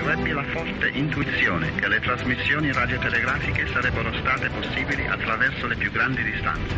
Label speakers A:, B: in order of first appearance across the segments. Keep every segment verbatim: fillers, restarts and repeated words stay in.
A: Ebbi la forte intuizione che le trasmissioni radiotelegrafiche sarebbero state possibili attraverso le più grandi distanze.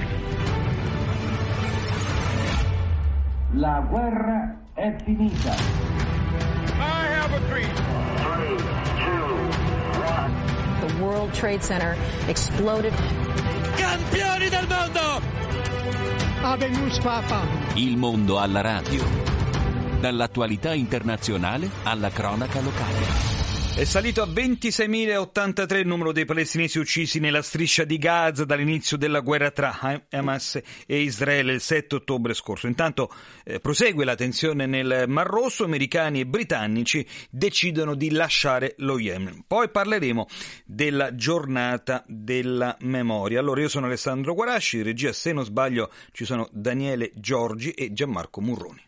B: La guerra è finita.
C: I have a dream.
D: three, two, one.
E: The World Trade Center exploded.
C: Campioni del mondo!
B: Avenus Papa.
F: Il mondo alla radio. Dall'attualità internazionale alla cronaca locale.
G: È salito a ventiseimila ottantatré il numero dei palestinesi uccisi nella striscia di Gaza dall'inizio della guerra tra Hamas e Israele il sette ottobre scorso. Intanto eh, prosegue la tensione nel Mar Rosso, americani e britannici decidono di lasciare lo Yemen. Poi parleremo della giornata della memoria. Allora, io sono Alessandro Guarasci, in regia, se non sbaglio, ci sono Daniele Giorgi e Gianmarco Murroni.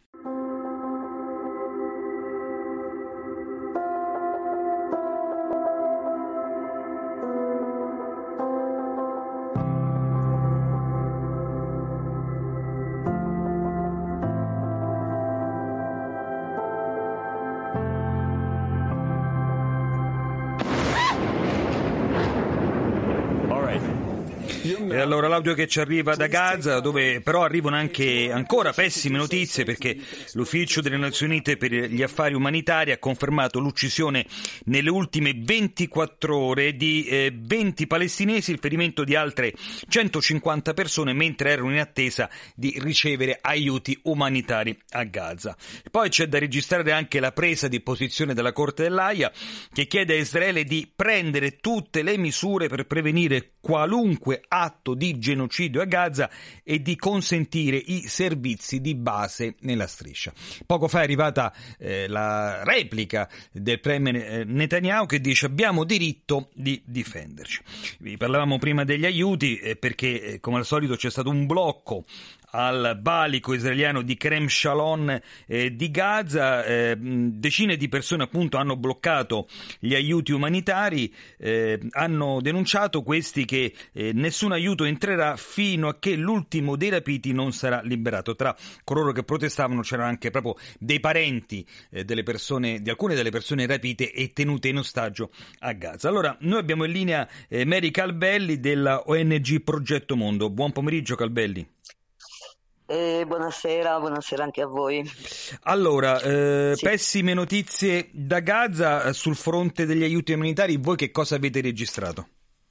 G: E allora l'audio che ci arriva da Gaza, dove però arrivano anche ancora pessime notizie, perché l'Ufficio delle Nazioni Unite per gli affari umanitari ha confermato l'uccisione nelle ultime ventiquattro ore di eh, venti palestinesi, il ferimento di altre centocinquanta persone mentre erano in attesa di ricevere aiuti umanitari a Gaza. Poi c'è da registrare anche la presa di posizione della Corte dell'Aia, che chiede a Israele di prendere tutte le misure per prevenire qualunque atto di genocidio a Gaza e di consentire i servizi di base nella striscia. Poco fa è arrivata eh, la replica del premier Netanyahu, che dice: abbiamo diritto di difenderci. Vi parlavamo prima degli aiuti eh, perché eh, come al solito c'è stato un blocco al valico israeliano di Kerem Shalom eh, di Gaza. Eh, decine di persone appunto hanno bloccato gli aiuti umanitari, eh, hanno denunciato questi che eh, nessun aiuto entrerà fino a che l'ultimo dei rapiti non sarà liberato. Tra coloro che protestavano c'erano anche proprio dei parenti eh, delle persone, di alcune delle persone rapite e tenute in ostaggio a Gaza. Allora, noi abbiamo in linea eh, Mary Calbelli della O N G Progetto Mondo. Buon pomeriggio, Calbelli.
H: Eh, buonasera, buonasera anche a voi.
G: Allora, eh,
H: sì.
G: pessime notizie da Gaza sul fronte degli aiuti umanitari. Voi che cosa avete registrato?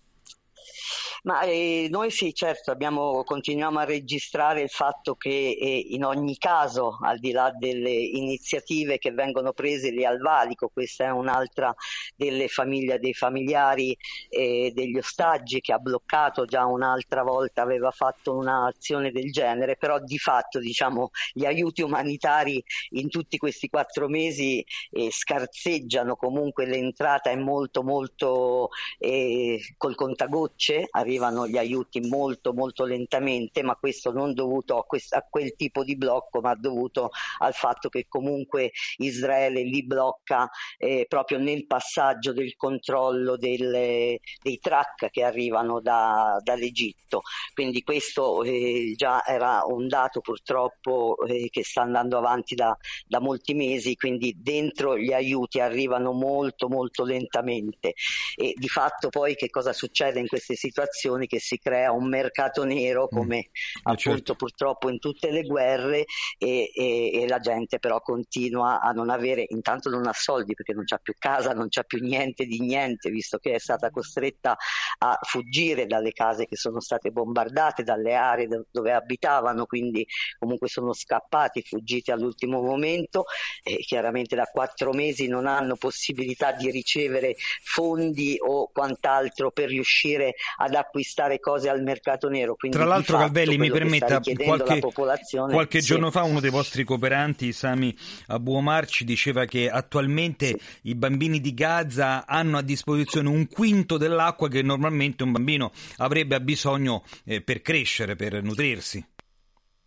H: Ma eh, noi sì, certo, abbiamo, continuiamo a registrare il fatto che eh, in ogni caso, al di là delle iniziative che vengono prese lì al valico, questa è un'altra delle famiglie, dei familiari eh, degli ostaggi che ha bloccato già un'altra volta, aveva fatto un'azione del genere, però di fatto diciamo gli aiuti umanitari in tutti questi quattro mesi eh, scarseggiano, comunque l'entrata è molto molto eh, col contagocce, arrivano gli aiuti molto molto lentamente, ma questo non dovuto a, quest- a quel tipo di blocco, ma dovuto al fatto che comunque Israele li blocca eh, proprio nel passaggio del controllo del, dei truck che arrivano da, dall'Egitto. Quindi questo eh, già era un dato purtroppo eh, che sta andando avanti da, da molti mesi, quindi dentro gli aiuti arrivano molto molto lentamente e di fatto poi che cosa succede in queste situazioni? Che si crea un mercato nero come mm, appunto certo. Purtroppo in tutte le guerre e, e, e la gente però continua a non avere, intanto non ha soldi perché non c'ha più casa, non c'ha più niente di niente, visto che è stata costretta a fuggire dalle case che sono state bombardate, dalle aree dove abitavano, quindi comunque sono scappati, fuggiti all'ultimo momento e chiaramente da quattro mesi non hanno possibilità di ricevere fondi o quant'altro per riuscire ad acquistare cose al mercato nero. Quindi
G: tra l'altro, Calbelli, mi permetta, qualche, qualche
H: sì.
G: giorno fa uno dei vostri cooperanti, Sami Abu Omar, ci diceva che attualmente i bambini di Gaza hanno a disposizione un quinto dell'acqua che normalmente un bambino avrebbe bisogno eh, per crescere, per nutrirsi.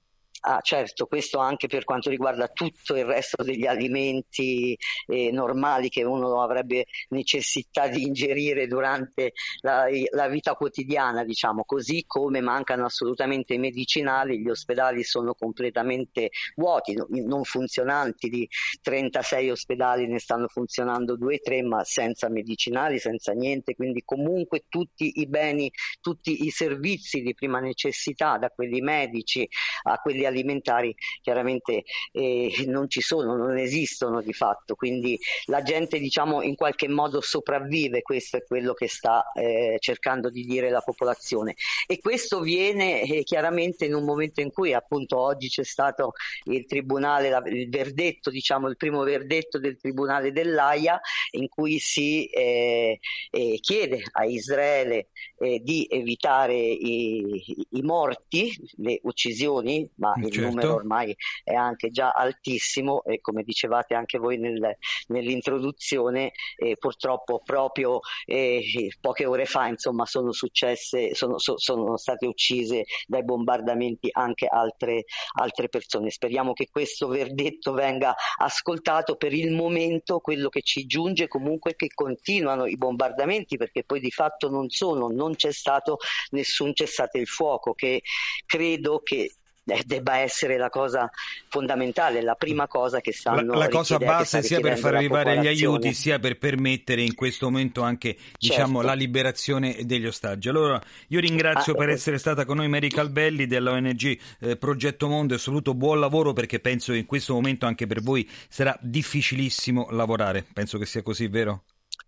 H: Ah, certo, questo anche per quanto riguarda tutto il resto degli alimenti eh, normali che uno avrebbe necessità di ingerire durante la, la vita quotidiana, diciamo, così come mancano assolutamente i medicinali, gli ospedali sono completamente vuoti, non funzionanti. Di trentasei ospedali ne stanno funzionando due o tre, ma senza medicinali, senza niente, quindi comunque tutti i beni, tutti i servizi di prima necessità, da quelli medici a quelli alimentari, chiaramente eh, non ci sono, non esistono di fatto, quindi la gente, diciamo, in qualche modo sopravvive. Questo è quello che sta eh, cercando di dire la popolazione, e questo viene eh, chiaramente in un momento in cui appunto oggi c'è stato il tribunale, la, il verdetto, diciamo il primo verdetto del tribunale dell'Aia, in cui si eh, eh, chiede a Israele eh, di evitare i, i morti, le uccisioni, ma il
G: certo.
H: numero ormai è anche già altissimo, e come dicevate anche voi nel, nell'introduzione, eh, purtroppo proprio eh, poche ore fa, insomma, sono successe, sono, so, sono state uccise dai bombardamenti anche altre, altre persone. Speriamo che questo verdetto venga ascoltato. Per il momento quello che ci giunge comunque è che continuano i bombardamenti, perché poi di fatto non sono, non c'è stato nessun cessate il fuoco, che credo che debba essere la cosa fondamentale, la prima cosa che stanno
G: la, la cosa base sia per far arrivare gli aiuti, sia per permettere in questo momento anche, diciamo, certo, la liberazione degli ostaggi. Allora io ringrazio ah, per essere stata con noi Mary Calbelli dell'O N G eh, Progetto Mondo, e soprattutto buon lavoro, perché penso che in questo momento anche per voi sarà difficilissimo lavorare. Penso che sia così, vero?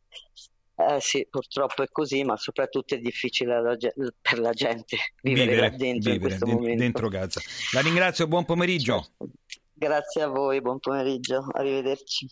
H: Eh sì, purtroppo è così, ma soprattutto è difficile la, per la gente vivere, vivere là dentro, vivere, in questo
G: dentro,
H: momento.
G: Dentro Gaza. La ringrazio, buon pomeriggio.
H: Certo. Grazie a voi, buon pomeriggio, arrivederci.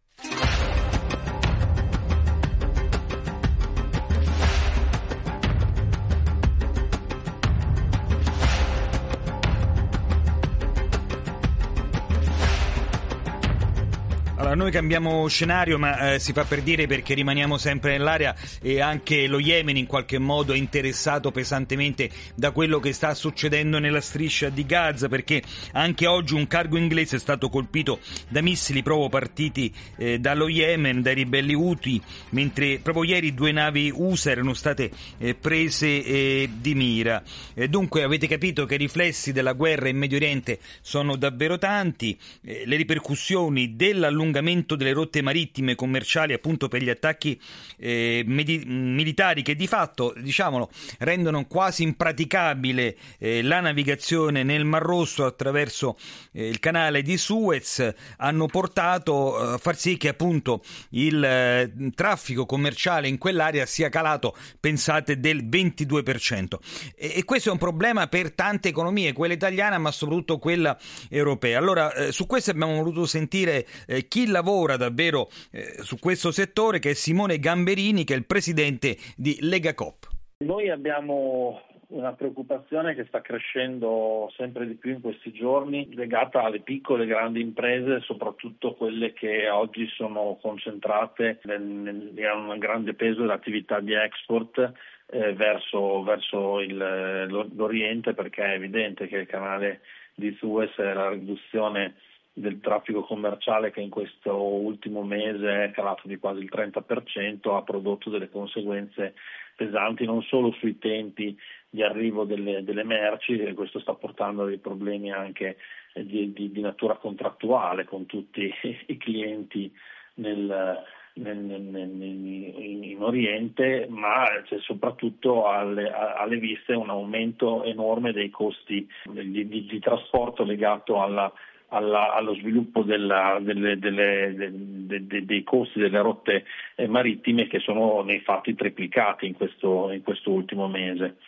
G: Allora, noi cambiamo scenario, ma eh, si fa per dire, perché rimaniamo sempre nell'area, e anche lo Yemen in qualche modo è interessato pesantemente da quello che sta succedendo nella striscia di Gaza, perché anche oggi un cargo inglese è stato colpito da missili proprio partiti eh, dallo Yemen, dai ribelli Houthi, mentre proprio ieri due navi U S A erano state eh, prese eh, di mira. Eh, dunque avete capito che i riflessi della guerra in Medio Oriente sono davvero tanti, eh, le ripercussioni dell'allungamento delle rotte marittime commerciali appunto per gli attacchi eh, medi- militari, che di fatto, diciamolo, rendono quasi impraticabile eh, la navigazione nel Mar Rosso attraverso eh, il canale di Suez, hanno portato a eh, far sì che appunto il eh, traffico commerciale in quell'area sia calato, pensate, del ventidue per cento, e, e questo è un problema per tante economie, quella italiana ma soprattutto quella europea. Allora eh, su questo abbiamo voluto sentire eh, chi lavora davvero eh, su questo settore, che è Simone Gamberini, che è il presidente di Legacoop.
I: Noi abbiamo una preoccupazione che sta crescendo sempre di più in questi giorni, legata alle piccole e grandi imprese, soprattutto quelle che oggi sono concentrate nel, nel, hanno un grande peso dell'attività di export eh, verso, verso il, l'Oriente, perché è evidente che il canale di Suez e la riduzione del traffico commerciale, che in questo ultimo mese è calato di quasi il trenta per cento, ha prodotto delle conseguenze pesanti non solo sui tempi di arrivo delle, delle merci, e questo sta portando a dei problemi anche di, di, di natura contrattuale con tutti i clienti nel, nel, nel, in, in Oriente, ma c'è soprattutto alle, alle viste un aumento enorme dei costi di, di, di trasporto legato alla Alla, allo sviluppo della, delle, delle, de, de, dei costi delle rotte eh, marittime, che sono nei fatti triplicati in questo, in questo ultimo mese,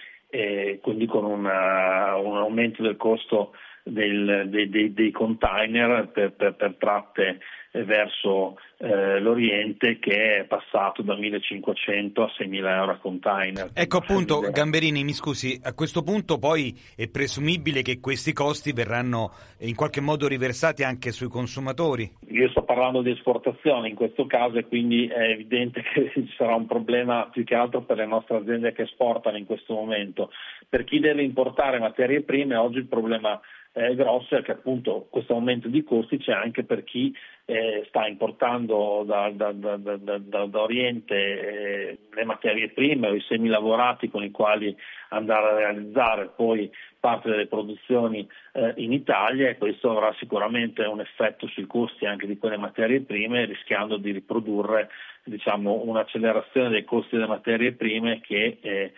I: e quindi con una, un aumento del costo del, dei, dei, dei container per, per, per tratte eh, verso eh, l'Oriente, che è passato da millecinquecento a seimila euro a container.
G: Ecco appunto, Gamberini, mi scusi, a questo punto poi è presumibile che questi costi verranno in qualche modo riversati anche sui consumatori?
I: Io sto parlando di esportazione in questo caso, e quindi è evidente che ci sarà un problema più che altro per le nostre aziende che esportano in questo momento. Per chi deve importare materie prime, oggi il problema eh, grosso è che appunto questo aumento di costi c'è anche per chi eh, sta importando da, da, da, da, da, da Oriente eh, le materie prime o i semilavorati con i quali andare a realizzare poi parte delle produzioni eh, in Italia, e questo avrà sicuramente un effetto sui costi anche di quelle materie prime, rischiando di riprodurre, diciamo, un'accelerazione dei costi delle materie prime che eh,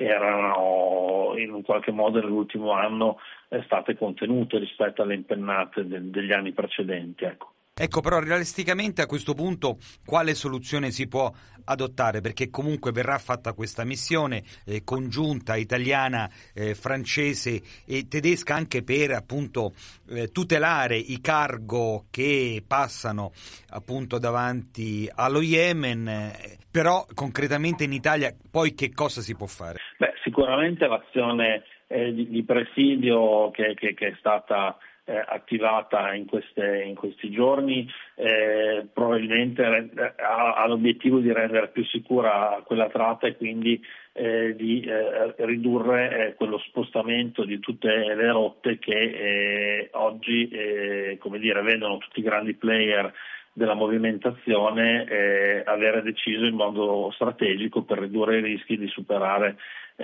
I: erano in un qualche modo nell'ultimo anno eh, state contenute rispetto alle impennate de- degli anni precedenti. Ecco.
G: Ecco, però realisticamente a questo punto quale soluzione si può adottare? Perché comunque verrà fatta questa missione eh, congiunta italiana, eh, francese e tedesca anche per appunto eh, tutelare i cargo che passano appunto davanti allo Yemen, eh, però concretamente in Italia poi che cosa si può fare?
I: Beh, sicuramente l'azione eh, di, di presidio che, che, che è stata Eh, attivata in, queste, in questi giorni eh, probabilmente ha, ha l'obiettivo di rendere più sicura quella tratta e quindi eh, di eh, ridurre eh, quello spostamento di tutte le rotte che eh, oggi eh, come dire, vedono tutti i grandi player della movimentazione eh, avere deciso in modo strategico per ridurre i rischi di superare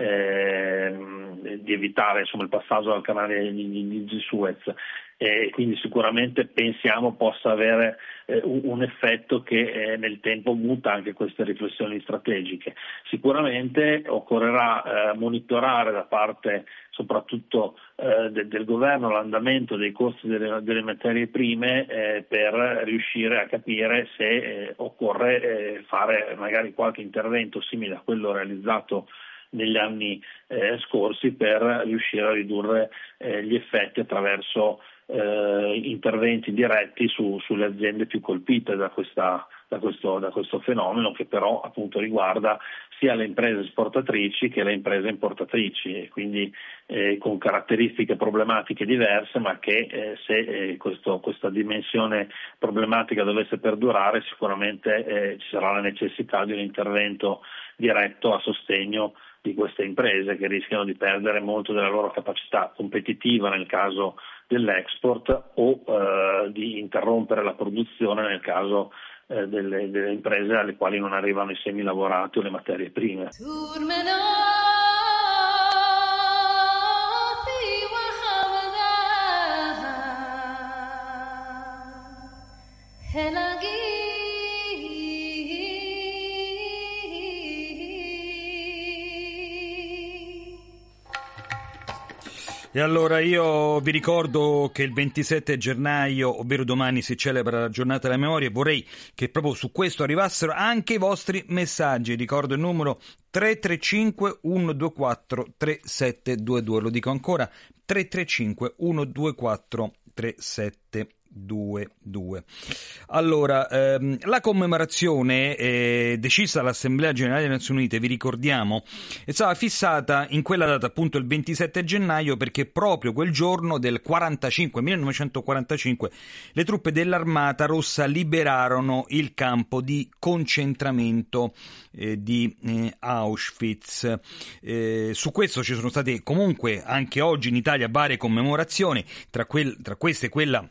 I: Eh, di evitare insomma il passaggio al canale di, di, di Suez, e quindi sicuramente pensiamo possa avere eh, un, un effetto che eh, nel tempo muta anche queste riflessioni strategiche. Sicuramente occorrerà eh, monitorare da parte soprattutto eh, de, del governo l'andamento dei costi delle, delle materie prime eh, per riuscire a capire se eh, occorre eh, fare magari qualche intervento simile a quello realizzato negli anni eh, scorsi per riuscire a ridurre eh, gli effetti attraverso eh, interventi diretti su, sulle aziende più colpite da, questa, da, questo, da questo fenomeno, che però appunto riguarda sia le imprese esportatrici che le imprese importatrici, e quindi eh, con caratteristiche problematiche diverse, ma che eh, se eh, questo, questa dimensione problematica dovesse perdurare sicuramente eh, ci sarà la necessità di un intervento diretto a sostegno di queste imprese che rischiano di perdere molto della loro capacità competitiva nel caso dell'export o eh, di interrompere la produzione nel caso eh, delle, delle imprese alle quali non arrivano i semilavorati o le materie prime.
G: E allora io vi ricordo che il ventisette gennaio, ovvero domani, si celebra la giornata della memoria, e vorrei che proprio su questo arrivassero anche i vostri messaggi. Ricordo il numero tre tre cinque uno due quattro tre sette due due, lo dico ancora, tre tre cinque uno due quattro tre sette due due. Allora, ehm, la commemorazione eh, decisa dall'Assemblea Generale delle Nazioni Unite, vi ricordiamo, è stata fissata in quella data, appunto il ventisette gennaio, perché proprio quel giorno del quarantacinque, millenovecentoquarantacinque, le truppe dell'Armata Rossa liberarono il campo di concentramento eh, di eh, Auschwitz. Eh, su questo ci sono state comunque anche oggi in Italia varie commemorazioni, tra, quel, tra queste quella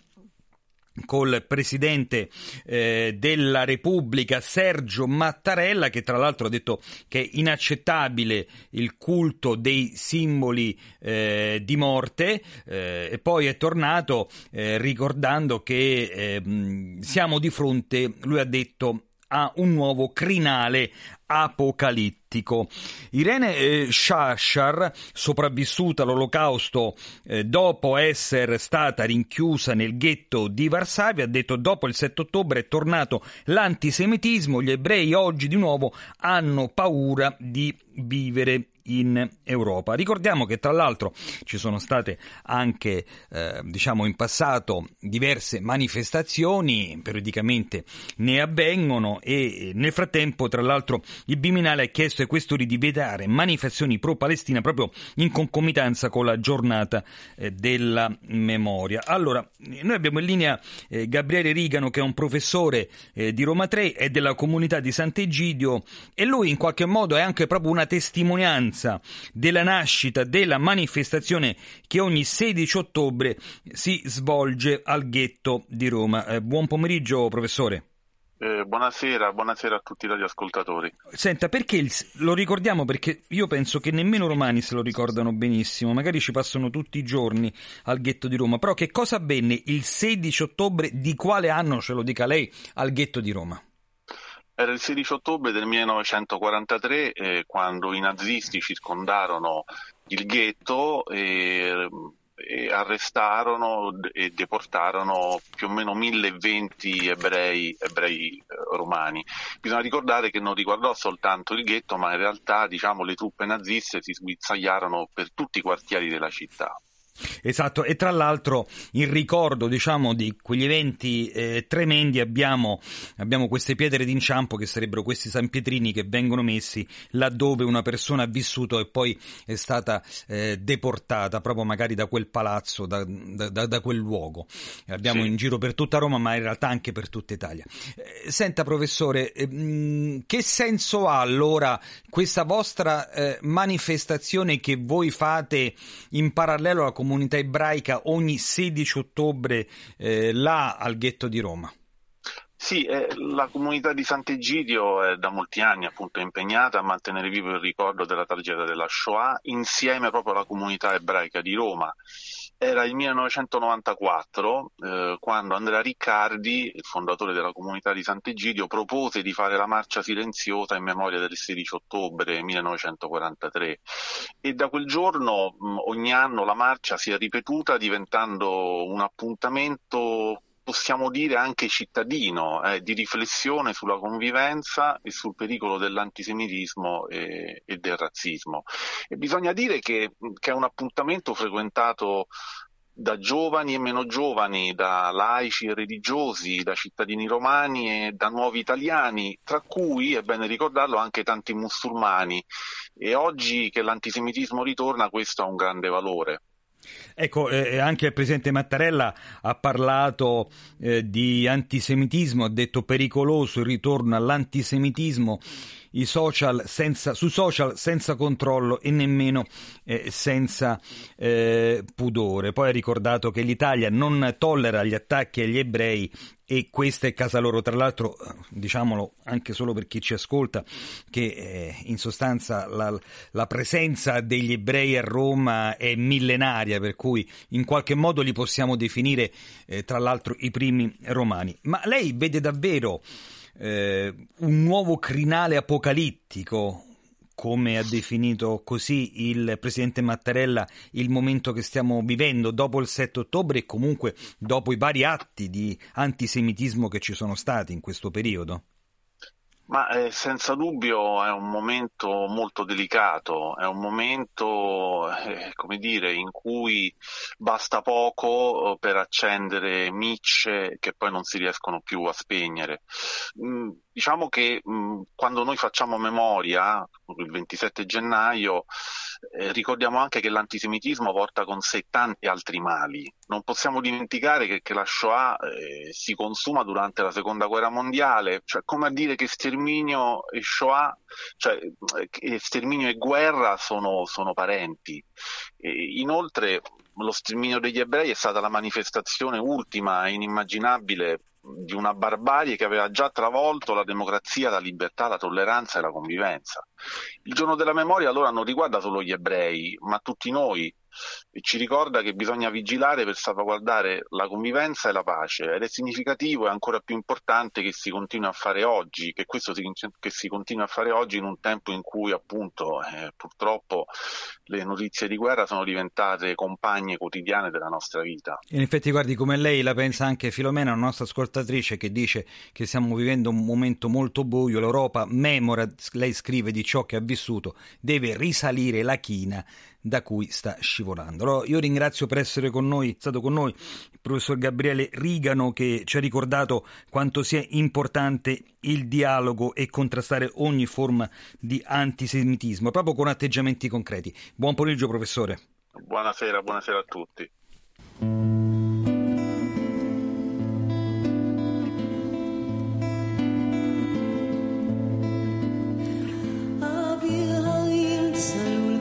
G: col presidente eh, della Repubblica Sergio Mattarella, che tra l'altro ha detto che è inaccettabile il culto dei simboli eh, di morte, eh, e poi è tornato eh, ricordando che eh, siamo di fronte, lui ha detto, a un nuovo crinale apocalittico. Irene eh, Shachar, sopravvissuta all'Olocausto eh, dopo essere stata rinchiusa nel ghetto di Varsavia, ha detto: dopo il sette ottobre è tornato l'antisemitismo, gli ebrei oggi di nuovo hanno paura di vivere in Europa. Ricordiamo che tra l'altro ci sono state anche eh, diciamo in passato diverse manifestazioni, periodicamente ne avvengono, e nel frattempo tra l'altro il Viminale ha chiesto ai questori di vietare manifestazioni pro-Palestina proprio in concomitanza con la giornata eh, della memoria. Allora, noi abbiamo in linea eh, Gabriele Rigano, che è un professore eh, di Roma tre e della comunità di Sant'Egidio, e lui in qualche modo è anche proprio una testimonianza ricorrenza della nascita della manifestazione che ogni sedici ottobre si svolge al ghetto di Roma. Eh, buon pomeriggio, professore.
J: Eh, buonasera, buonasera a tutti i radioascoltatori.
G: Senta, perché il, lo ricordiamo? Perché io penso che nemmeno romani se lo ricordano benissimo, magari ci passano tutti i giorni al ghetto di Roma, però che cosa avvenne il sedici ottobre, di quale anno, ce lo dica lei, al ghetto di Roma?
J: Era il sedici ottobre del millenovecentoquarantatré, eh, quando i nazisti circondarono il ghetto e... e arrestarono e deportarono più o meno mille venti ebrei, ebrei eh, romani. Bisogna ricordare che non riguardò soltanto il ghetto, ma in realtà, diciamo, le truppe naziste si sguizzagliarono per tutti i quartieri della città.
G: Esatto, e tra l'altro in ricordo, diciamo, di quegli eventi eh, tremendi abbiamo, abbiamo queste pietre d'inciampo che sarebbero questi sanpietrini che vengono messi laddove una persona ha vissuto e poi è stata eh, deportata proprio magari da quel palazzo, da, da, da, da quel luogo. Abbiamo sì. in giro per tutta Roma, ma in realtà anche per tutta Italia. Eh, senta professore, eh, mh, che senso ha allora questa vostra eh, manifestazione che voi fate in parallelo alla comunità comunità ebraica ogni sedici ottobre eh, là al ghetto di Roma?
J: Sì, eh, la comunità di Sant'Egidio è da molti anni appunto impegnata a mantenere vivo il ricordo della tragedia della Shoah insieme proprio alla comunità ebraica di Roma. Era il millenovecentonovantaquattro eh, quando Andrea Riccardi, il fondatore della comunità di Sant'Egidio, propose di fare la marcia silenziosa in memoria del sedici ottobre millenovecentoquarantatré e da quel giorno mh, ogni anno la marcia si è ripetuta diventando un appuntamento, possiamo dire anche cittadino, eh, di riflessione sulla convivenza e sul pericolo dell'antisemitismo e, e del razzismo. E bisogna dire che, che è un appuntamento frequentato da giovani e meno giovani, da laici e religiosi, da cittadini romani e da nuovi italiani, tra cui, è bene ricordarlo, anche tanti musulmani. E oggi che l'antisemitismo ritorna, questo ha un grande valore.
G: Ecco, eh, anche il presidente Mattarella ha parlato eh, di antisemitismo, ha detto pericoloso il ritorno all'antisemitismo, i social senza, su social senza controllo e nemmeno eh, senza eh, pudore. Poi ha ricordato che l'Italia non tollera gli attacchi agli ebrei e questa è casa loro. Tra l'altro, diciamolo anche solo per chi ci ascolta, che eh, in sostanza la, la presenza degli ebrei a Roma è millenaria, per cui in qualche modo li possiamo definire eh, tra l'altro i primi romani. Ma lei vede davvero eh, un nuovo crinale apocalittico, come ha definito così il presidente Mattarella, il momento che stiamo vivendo dopo il sette ottobre e comunque dopo i vari atti di antisemitismo che ci sono stati in questo periodo?
J: Ma eh, senza dubbio è un momento molto delicato, è un momento, eh, come dire, in cui basta poco per accendere micce che poi non si riescono più a spegnere. Mm, diciamo che mh, quando noi facciamo memoria, il ventisette gennaio, eh, ricordiamo anche che l'antisemitismo porta con sé tanti altri mali. Non possiamo dimenticare che, che la Shoah eh, si consuma durante la seconda guerra mondiale, cioè come a dire che sterminio e Shoah, cioè eh, sterminio e guerra sono, sono parenti. E inoltre lo sterminio degli ebrei è stata la manifestazione ultima e inimmaginabile di una barbarie che aveva già travolto la democrazia, la libertà, la tolleranza e la convivenza. Il giorno della memoria allora non riguarda solo gli ebrei, ma tutti noi, e ci ricorda che bisogna vigilare per salvaguardare la convivenza e la pace, ed è significativo e ancora più importante che si continui a fare oggi, che questo si, che si continui a fare oggi in un tempo in cui appunto eh, purtroppo le notizie di guerra sono diventate compagne quotidiane della nostra vita.
G: In effetti, guardi, come lei la pensa anche Filomena, una nostra ascoltatrice, che dice che stiamo vivendo un momento molto buio, l'Europa memora, lei scrive, di ciò che ha vissuto, deve risalire la china da cui sta scivolando. Allora, io ringrazio per essere con noi, è stato con noi il professor Gabriele Rigano, che ci ha ricordato quanto sia importante il dialogo e contrastare ogni forma di antisemitismo, proprio con atteggiamenti concreti. Buon pomeriggio, professore.
J: Buonasera, buonasera a tutti.
K: Avir ha'il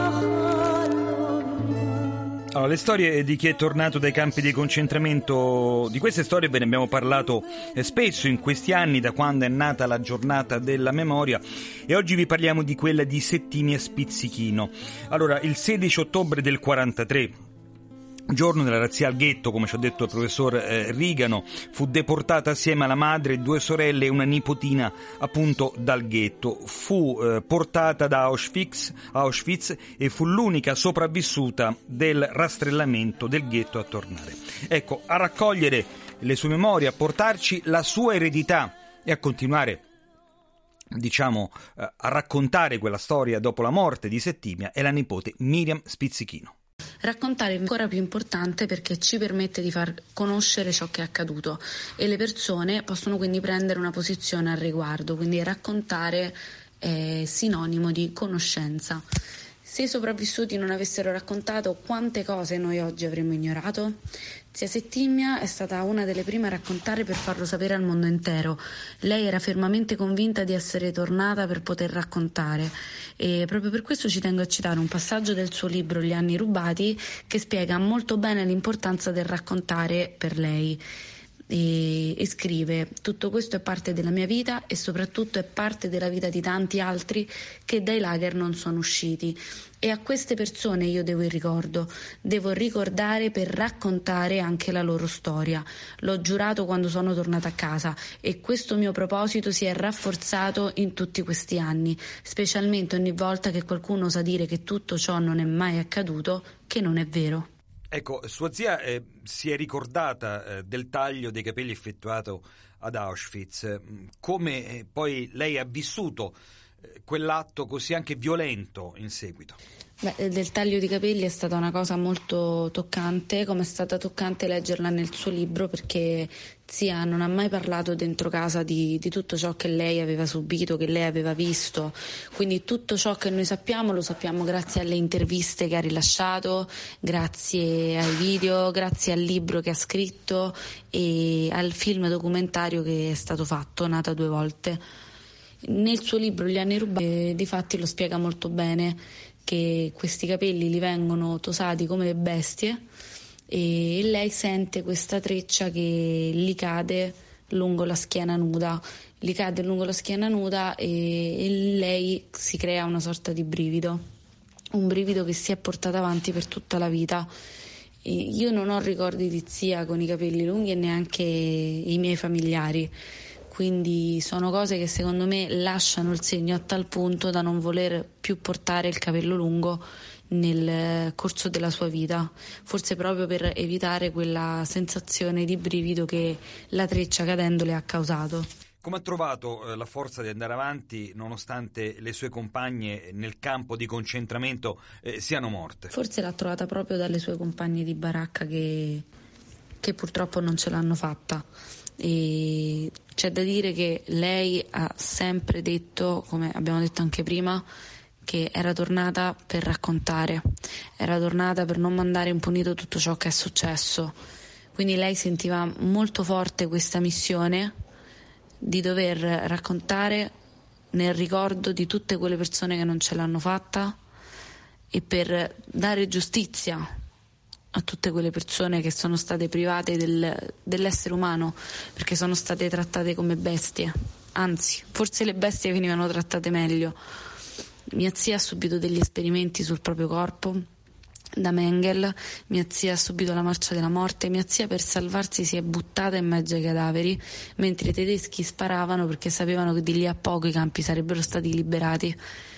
G: Allora, le storie di chi è tornato dai campi di concentramento, di queste storie ve ne abbiamo parlato spesso in questi anni, da quando è nata la giornata della memoria, e oggi vi parliamo di quella di Settimia Spizzichino. Allora, il sedici ottobre del quarantatré, giorno della razzia al ghetto, come ci ha detto il professor eh, Rigano, fu deportata assieme alla madre, due sorelle e una nipotina appunto dal ghetto. Fu eh, portata da Auschwitz, Auschwitz e fu l'unica sopravvissuta del rastrellamento del ghetto a tornare. Ecco, a raccogliere le sue memorie, a portarci la sua eredità e a continuare, diciamo, eh, a raccontare quella storia dopo la morte di Settimia è la nipote Miriam Spizzichino.
K: Raccontare è ancora più importante perché ci permette di far conoscere ciò che è accaduto e le persone possono quindi prendere una posizione al riguardo, quindi raccontare è sinonimo di conoscenza. Se i sopravvissuti non avessero raccontato, quante cose noi oggi avremmo ignorato? Zia Settimia è stata una delle prime a raccontare per farlo sapere al mondo intero. Lei era fermamente convinta di essere tornata per poter raccontare e proprio per questo ci tengo a citare un passaggio del suo libro Gli anni rubati che spiega molto bene l'importanza del raccontare per lei. E, e scrive: tutto questo è parte della mia vita e soprattutto è parte della vita di tanti altri che dai lager non sono usciti, e a queste persone io devo il ricordo, devo ricordare per raccontare anche la loro storia. L'ho giurato quando sono tornata a casa e questo mio proposito si è rafforzato in tutti questi anni, specialmente ogni volta che qualcuno osa dire che tutto ciò non è mai accaduto, che non è vero.
G: Ecco, sua zia eh, si è ricordata eh, del taglio dei capelli effettuato ad Auschwitz. Come eh, poi lei ha vissuto eh, quell'atto così anche violento in seguito?
K: Beh, del taglio di capelli è stata una cosa molto toccante, come è stata toccante leggerla nel suo libro, perché zia non ha mai parlato dentro casa di, di tutto ciò che lei aveva subito, che lei aveva visto, quindi tutto ciò che noi sappiamo lo sappiamo grazie alle interviste che ha rilasciato, grazie ai video, grazie al libro che ha scritto e al film documentario che è stato fatto, Nata due volte. Nel suo libro Gli anni rubati difatti lo spiega molto bene, che questi capelli li vengono tosati come le bestie e lei sente questa treccia che gli cade lungo la schiena nuda, gli cade lungo la schiena nuda e, e lei si crea una sorta di brivido, un brivido che si è portato avanti per tutta la vita. E io non ho ricordi di zia con i capelli lunghi e neanche i miei familiari. Quindi sono cose che secondo me lasciano il segno a tal punto da non voler più portare il capello lungo nel corso della sua vita, forse proprio per evitare quella sensazione di brivido che la treccia cadendo le ha causato.
G: Come ha trovato eh, la forza di andare avanti nonostante le sue compagne nel campo di concentramento eh, siano morte?
K: Forse l'ha trovata proprio dalle sue compagne di baracca che, che purtroppo non ce l'hanno fatta. E c'è da dire che lei ha sempre detto, come abbiamo detto anche prima, che era tornata per raccontare, era tornata per non mandare impunito tutto ciò che è successo. Quindi lei sentiva molto forte questa missione di dover raccontare nel ricordo di tutte quelle persone che non ce l'hanno fatta e per dare giustizia a tutte quelle persone che sono state private del, dell'essere umano, perché sono state trattate come bestie, anzi forse le bestie venivano trattate meglio. Mia zia ha subito degli esperimenti sul proprio corpo da Mengele, mia zia ha subito la marcia della morte, mia zia per salvarsi si è buttata in mezzo ai cadaveri mentre i tedeschi sparavano perché sapevano che di lì a poco i campi sarebbero stati liberati.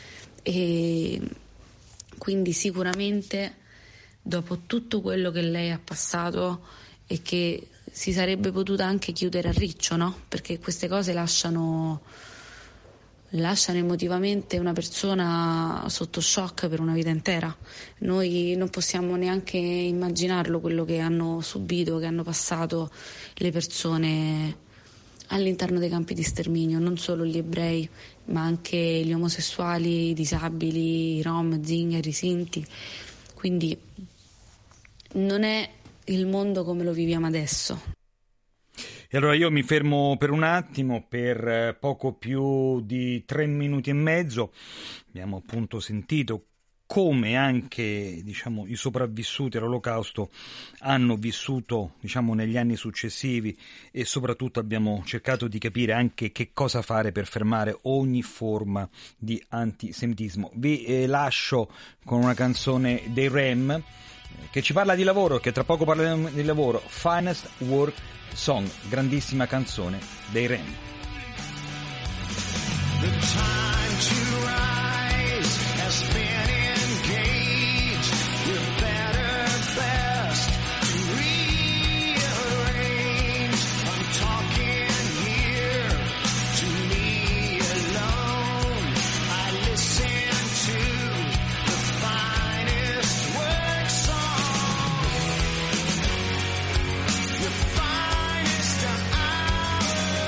K: E quindi sicuramente dopo tutto quello che lei ha passato e che si sarebbe potuta anche chiudere a riccio, no? Perché queste cose lasciano lasciano emotivamente una persona sotto shock per una vita intera. Noi non possiamo neanche immaginarlo quello che hanno subito, che hanno passato le persone all'interno dei campi di sterminio, non solo gli ebrei, ma anche gli omosessuali, i disabili, i rom, zingari, i sinti. Quindi non è il mondo come lo viviamo adesso.
G: E allora io mi fermo per un attimo, per poco più di tre minuti e mezzo. Abbiamo appunto sentito come anche, diciamo, i sopravvissuti all'Olocausto hanno vissuto, diciamo, negli anni successivi, e soprattutto abbiamo cercato di capire anche che cosa fare per fermare ogni forma di antisemitismo. Vi eh, lascio con una canzone dei Rem che ci parla di lavoro, che tra poco parleremo di lavoro. Finest Work Song, grandissima canzone dei Rem.
L: The time to rise has been engaged with better best to rearrange. I'm talking here to me alone. I listen to the finest work song, the finest hour.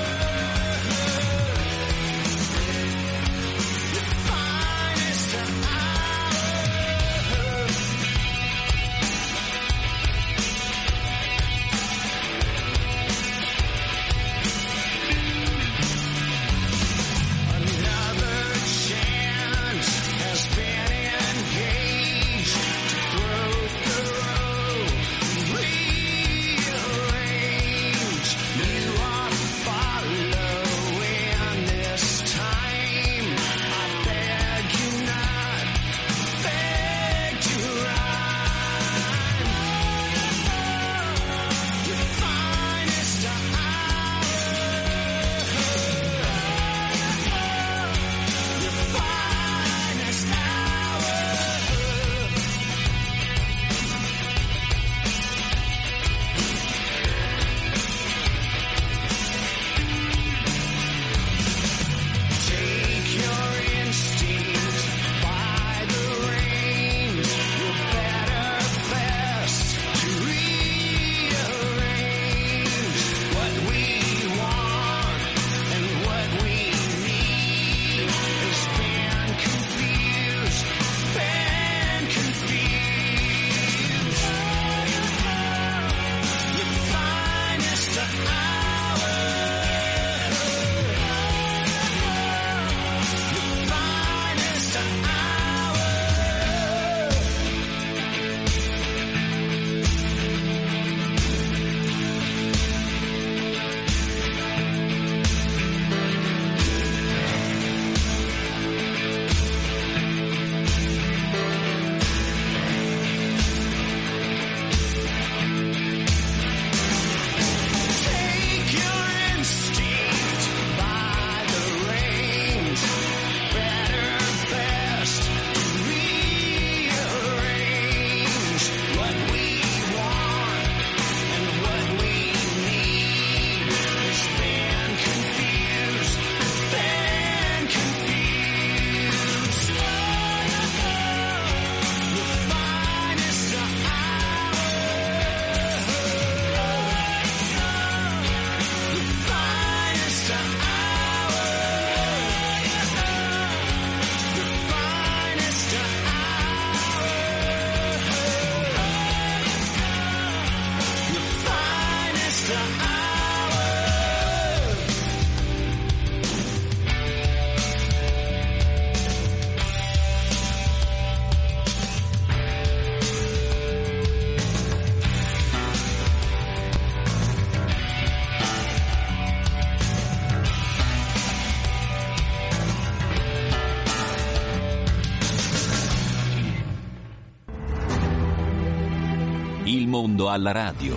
F: Il mondo alla radio.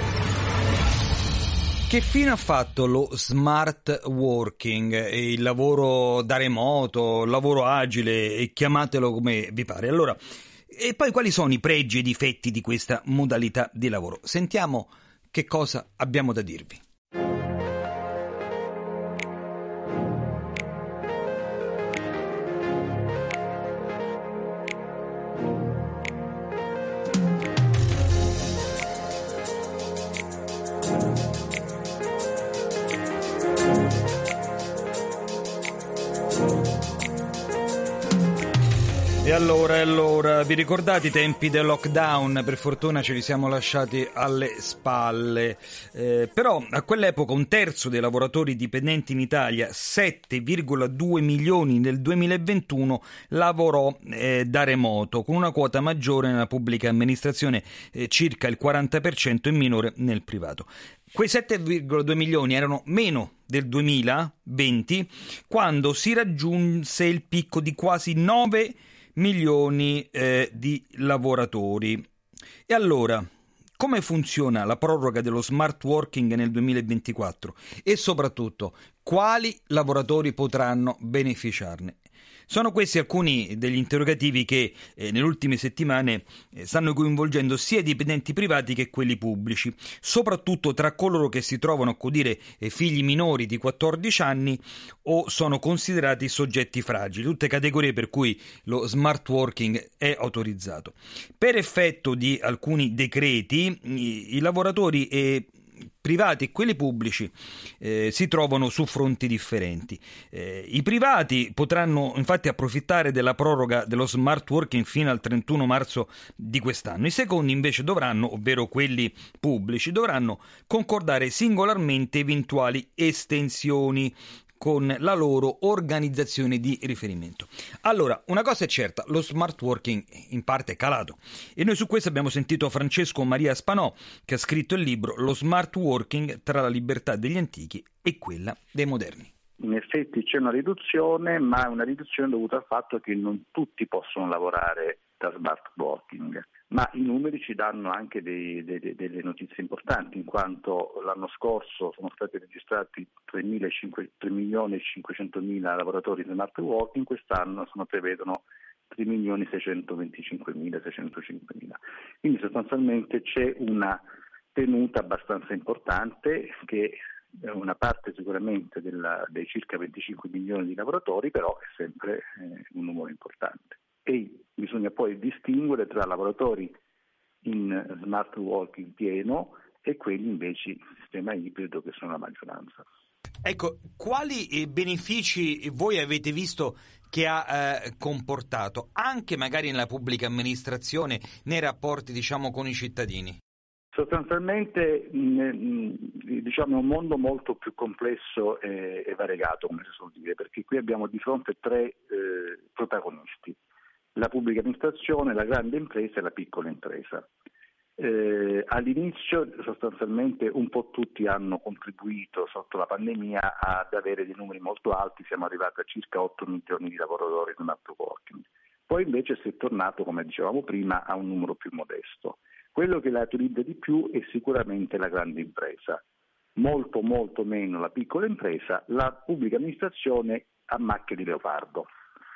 G: Che fine ha fatto lo smart working, il lavoro da remoto, il lavoro agile, e chiamatelo come vi pare? Allora, e poi quali sono i pregi e i difetti di questa modalità di lavoro? Sentiamo che cosa abbiamo da dirvi. E allora, allora, vi ricordate i tempi del lockdown? Per fortuna ce li siamo lasciati alle spalle, eh, però a quell'epoca un terzo dei lavoratori dipendenti in Italia, sette virgola due milioni nel duemilaventuno, lavorò eh, da remoto, con una quota maggiore nella pubblica amministrazione, eh, circa il quaranta per cento, e minore nel privato. Quei sette virgola due milioni erano meno del duemilaventi, quando si raggiunse il picco di quasi nove milioni eh, di lavoratori. E allora, come funziona la proroga dello smart working nel duemilaventiquattro? E soprattutto, quali lavoratori potranno beneficiarne? Sono questi alcuni degli interrogativi che eh, nelle ultime settimane eh, stanno coinvolgendo sia i dipendenti privati che quelli pubblici, soprattutto tra coloro che si trovano a accudire eh, figli minori di quattordici anni o sono considerati soggetti fragili, tutte categorie per cui lo smart working è autorizzato. Per effetto di alcuni decreti, i, i lavoratori e privati e quelli pubblici eh, si trovano su fronti differenti. Eh, I privati potranno infatti approfittare della proroga dello smart working fino al trentuno marzo di quest'anno. I secondi invece dovranno, ovvero quelli pubblici, dovranno concordare singolarmente eventuali estensioni con la loro organizzazione di riferimento. Allora, una cosa è certa, lo smart working in parte è calato, e noi su questo abbiamo sentito Francesco Maria Spanò, che ha scritto il libro Lo smart working tra la libertà degli antichi e quella dei moderni.
M: In effetti c'è una riduzione, ma è una riduzione dovuta al fatto che non tutti possono lavorare da smart working, ma i numeri ci danno anche dei, dei, delle notizie importanti, in quanto l'anno scorso sono stati registrati tre milioni e cinquecentomila lavoratori di smart working, quest'anno sono prevedono tre milioni seicentoventicinquemila, seicentocinquemila. Quindi sostanzialmente c'è una tenuta abbastanza importante, che è una parte sicuramente della, dei circa venticinque milioni di lavoratori, però è sempre eh, un numero importante. E bisogna poi distinguere tra lavoratori in smart working pieno e quelli invece in sistema ibrido, che sono la maggioranza.
G: Ecco, quali benefici voi avete visto che ha eh, comportato, anche magari nella pubblica amministrazione, nei rapporti, diciamo, con i cittadini?
M: Sostanzialmente mh, diciamo è un mondo molto più complesso e, e variegato, come si suol dire, perché qui abbiamo di fronte tre eh, protagonisti: la pubblica amministrazione, la grande impresa e la piccola impresa. Eh, all'inizio sostanzialmente un po' tutti hanno contribuito sotto la pandemia ad avere dei numeri molto alti, siamo arrivati a circa otto milioni di lavoratori in smart working. Poi invece si è tornato, come dicevamo prima, a un numero più modesto. Quello che la utilizza di più è sicuramente la grande impresa, molto molto meno la piccola impresa, la pubblica amministrazione a macchia di leopardo.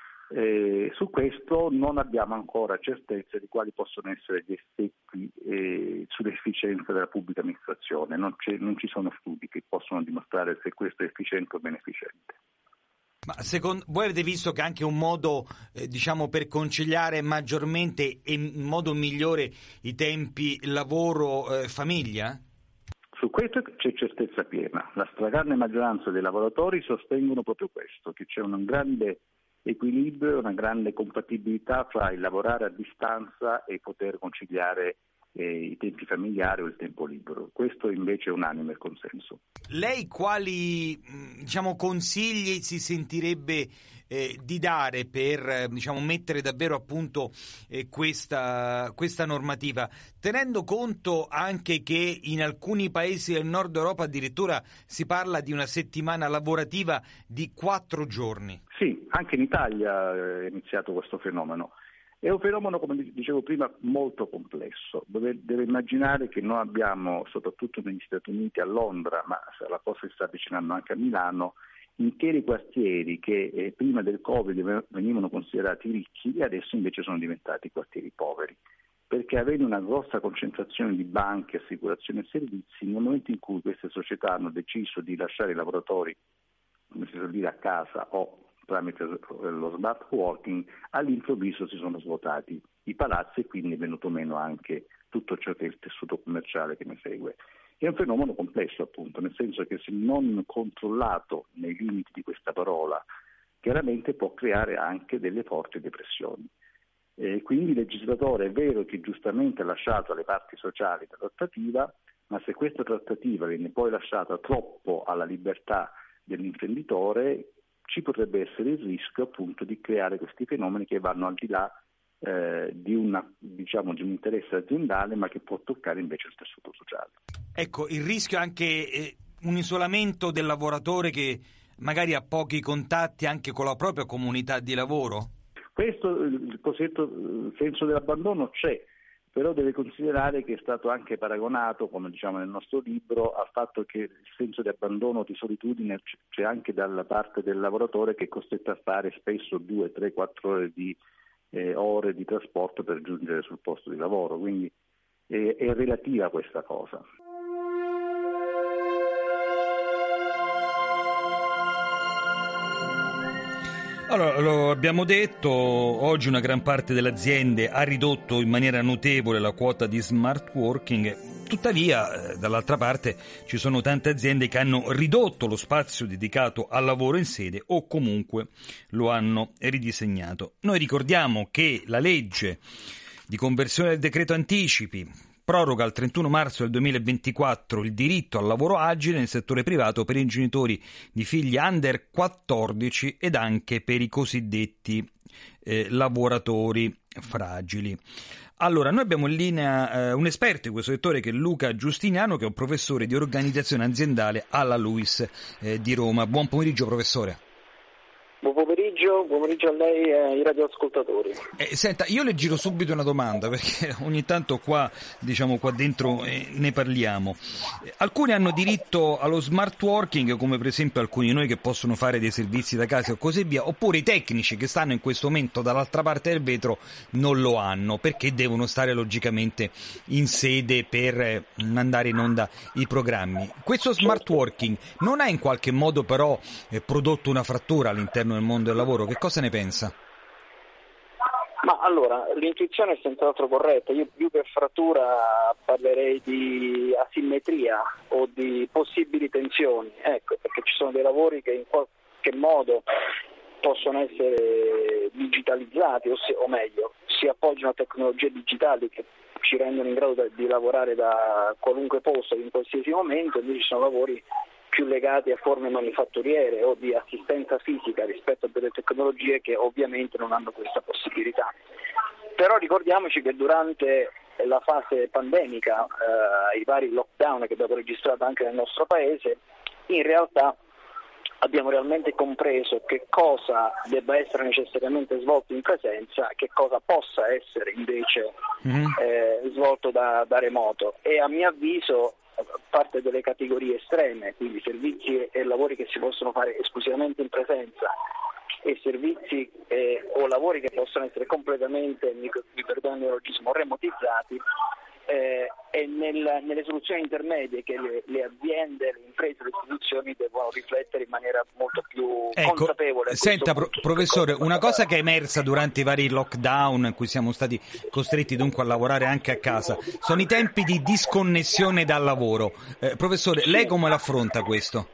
M: Eh, su questo non abbiamo ancora certezza di quali possono essere gli effetti eh, sull'efficienza della pubblica amministrazione, non, c'è, non ci sono studi che possono dimostrare se questo è efficiente o beneficente.
G: Ma secondo voi avete visto che anche un modo eh, diciamo per conciliare maggiormente e in modo migliore i tempi lavoro-famiglia? Eh,
M: Su questo c'è certezza piena. La stragrande maggioranza dei lavoratori sostengono proprio questo, che c'è un grande equilibrio, una grande compatibilità fra il lavorare a distanza e poter conciliare eh, i tempi familiari o il tempo libero. Questo invece è unanime il consenso.
G: Lei quali diciamo consigli si sentirebbe eh, di dare per diciamo mettere davvero a punto eh, questa, questa normativa, tenendo conto anche che in alcuni paesi del nord Europa addirittura si parla di una settimana lavorativa di quattro giorni?
M: Sì, anche in Italia è iniziato questo fenomeno. È un fenomeno, come dicevo prima, molto complesso. Deve, deve immaginare che noi abbiamo, soprattutto negli Stati Uniti, a Londra, ma la cosa si sta avvicinando anche a Milano, interi quartieri che eh, prima del Covid venivano considerati ricchi e adesso invece sono diventati quartieri poveri, perché avendo una grossa concentrazione di banche, assicurazioni e servizi, nel momento in cui queste società hanno deciso di lasciare i lavoratori, come si suol dire, a casa o tramite lo smart working, all'improvviso si sono svuotati i palazzi e quindi è venuto meno anche tutto ciò che è il tessuto commerciale che ne segue. È un fenomeno complesso, appunto, nel senso che se non controllato nei limiti di questa parola, chiaramente può creare anche delle forti depressioni. Eh, quindi il legislatore è vero che giustamente ha lasciato alle parti sociali la trattativa, ma se questa trattativa viene poi lasciata troppo alla libertà dell'imprenditore, ci potrebbe essere il rischio appunto di creare questi fenomeni che vanno al di là eh, di, una, diciamo, di un interesse aziendale, ma che può toccare invece il tessuto sociale.
G: Ecco, il rischio è anche eh, un isolamento del lavoratore che magari ha pochi contatti anche con la propria comunità di lavoro? Questo, il cosiddetto senso dell'abbandono c'è, però deve considerare che è stato anche paragonato, come diciamo nel nostro libro, al fatto che il senso di abbandono, di solitudine c'è anche dalla parte del lavoratore che è costretto a fare spesso due, tre, quattro ore di, eh, ore di trasporto per giungere sul posto di lavoro, quindi è, è relativa questa cosa. Allora, lo abbiamo detto, oggi una gran parte delle aziende ha ridotto in maniera notevole la quota di smart working, tuttavia dall'altra parte ci sono tante aziende che hanno ridotto lo spazio dedicato al lavoro in sede o comunque lo hanno ridisegnato. Noi ricordiamo che la legge di conversione del decreto anticipi proroga al trentuno marzo del duemilaventiquattro il diritto al lavoro agile nel settore privato per i genitori di figli under quattordici ed anche per i cosiddetti eh, lavoratori fragili. Allora, noi abbiamo in linea eh, un esperto in questo settore che è Luca Giustiniano, che è un professore di organizzazione aziendale alla LUISS eh, di Roma. Buon pomeriggio, professore.
N: Buon pomeriggio, buon pomeriggio a lei e ai radioascoltatori.
G: Eh, senta, io le giro subito una domanda, perché ogni tanto qua, diciamo, qua dentro eh, ne parliamo. Eh, alcuni hanno diritto allo smart working, come per esempio alcuni di noi che possono fare dei servizi da casa e così via, oppure i tecnici che stanno in questo momento dall'altra parte del vetro non lo hanno, perché devono stare logicamente in sede per eh, mandare in onda i programmi. Questo smart working non ha in qualche modo però eh, prodotto una frattura all'interno nel mondo del lavoro, che cosa ne pensa?
N: Ma allora, l'intuizione è senz'altro corretta, io più che frattura parlerei di asimmetria o di possibili tensioni, ecco, perché ci sono dei lavori che in qualche modo possono essere digitalizzati o, se, o meglio, si appoggiano a tecnologie digitali che ci rendono in grado di lavorare da qualunque posto in qualsiasi momento, invece ci sono lavori più legati a forme manifatturiere o di assistenza fisica rispetto a delle tecnologie che ovviamente non hanno questa possibilità. Però ricordiamoci che durante la fase pandemica, eh, i vari lockdown che abbiamo registrato anche nel nostro paese, in realtà abbiamo realmente compreso che cosa debba essere necessariamente svolto in presenza e che cosa possa essere invece mm-hmm. eh, svolto da, da remoto. E a mio avviso parte delle categorie estreme, quindi servizi e lavori che si possono fare esclusivamente in presenza e servizi eh, o lavori che possono essere completamente, mi, mi perdono il neologismo, remotizzati, eh, e nel, nelle soluzioni intermedie che le, le aziende, le imprese, le istituzioni devono riflettere in maniera molto più ecco, consapevole.
G: Senta, pro- professore, una cosa che è emersa durante i vari lockdown in cui siamo stati costretti dunque a lavorare anche a casa sono i tempi di disconnessione dal lavoro. Eh, professore, lei come l'affronta questo?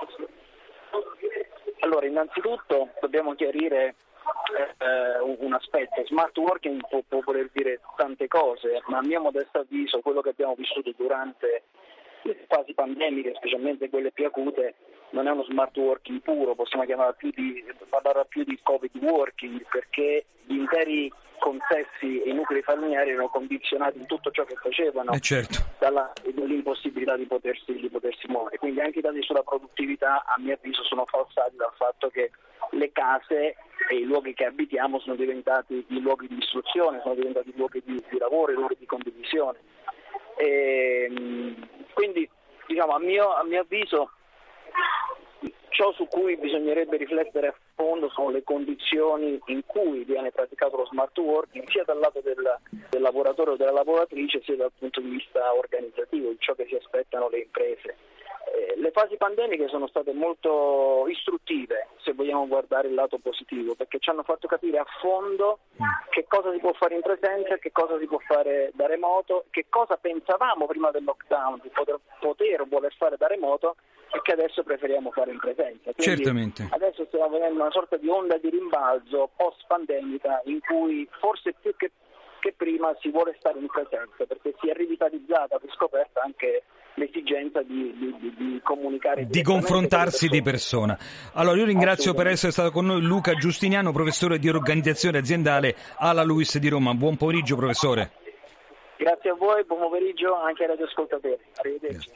N: Allora, innanzitutto dobbiamo chiarire eh, un aspetto. Smart working può, può voler dire tante cose, ma a mio modesto avviso quello che abbiamo vissuto durante le fasi pandemiche, specialmente quelle più acute, non è uno smart working puro, possiamo chiamarla più di, parlare più di covid working, perché gli interi consessi e i nuclei familiari erano condizionati in tutto ciò che facevano
G: eh certo.
N: dalla, dall'impossibilità di potersi, di potersi muovere. Quindi anche i dati sulla produttività, a mio avviso, sono falsati dal fatto che le case e i luoghi che abitiamo sono diventati i luoghi di istruzione, sono diventati i luoghi di, di lavoro, i luoghi di condivisione. E, quindi, diciamo, a mio, a mio avviso, ciò su cui bisognerebbe riflettere a fondo sono le condizioni in cui viene praticato lo smart working, sia dal lato del, del lavoratore o della lavoratrice, sia dal punto di vista organizzativo, di ciò che si aspettano le imprese. eh, le fasi pandemiche sono state molto istruttive, se vogliamo guardare il lato positivo, perché ci hanno fatto capire a fondo che cosa si può fare in presenza, che cosa si può fare da remoto, che cosa pensavamo prima del lockdown di poter, poter o voler fare da remoto e che adesso preferiamo fare in presenza. Quindi
G: certamente.
N: Adesso stiamo vedendo una sorta di onda di rimbalzo post-pandemica in cui forse più che, che prima si vuole stare in presenza, perché si è rivitalizzata, riscoperta anche l'esigenza di, di, di, di comunicare,
G: di confrontarsi di persona. Allora io ringrazio per essere stato con noi Luca Giustiniano, professore di organizzazione aziendale alla LUISS di Roma. Buon pomeriggio, professore.
N: Grazie a voi, buon pomeriggio anche ai radioascoltatori. Arrivederci.